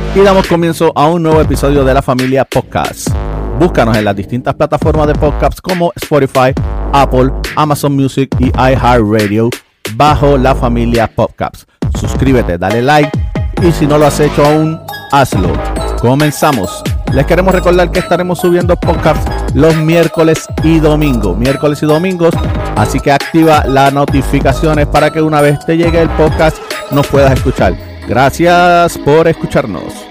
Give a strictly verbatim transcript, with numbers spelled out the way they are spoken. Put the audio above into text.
y damos comienzo a un nuevo episodio de La Familia Podcast. Búscanos en las distintas plataformas de podcasts como Spotify, Apple, Amazon Music y iHeartRadio bajo La Familia Podcast. Suscríbete, dale like y si no lo has hecho aún, hazlo. Comenzamos. Les queremos recordar que estaremos subiendo podcasts los miércoles y domingos, miércoles y domingos, así que activa las notificaciones para que una vez te llegue el podcast nos puedas escuchar. Gracias por escucharnos.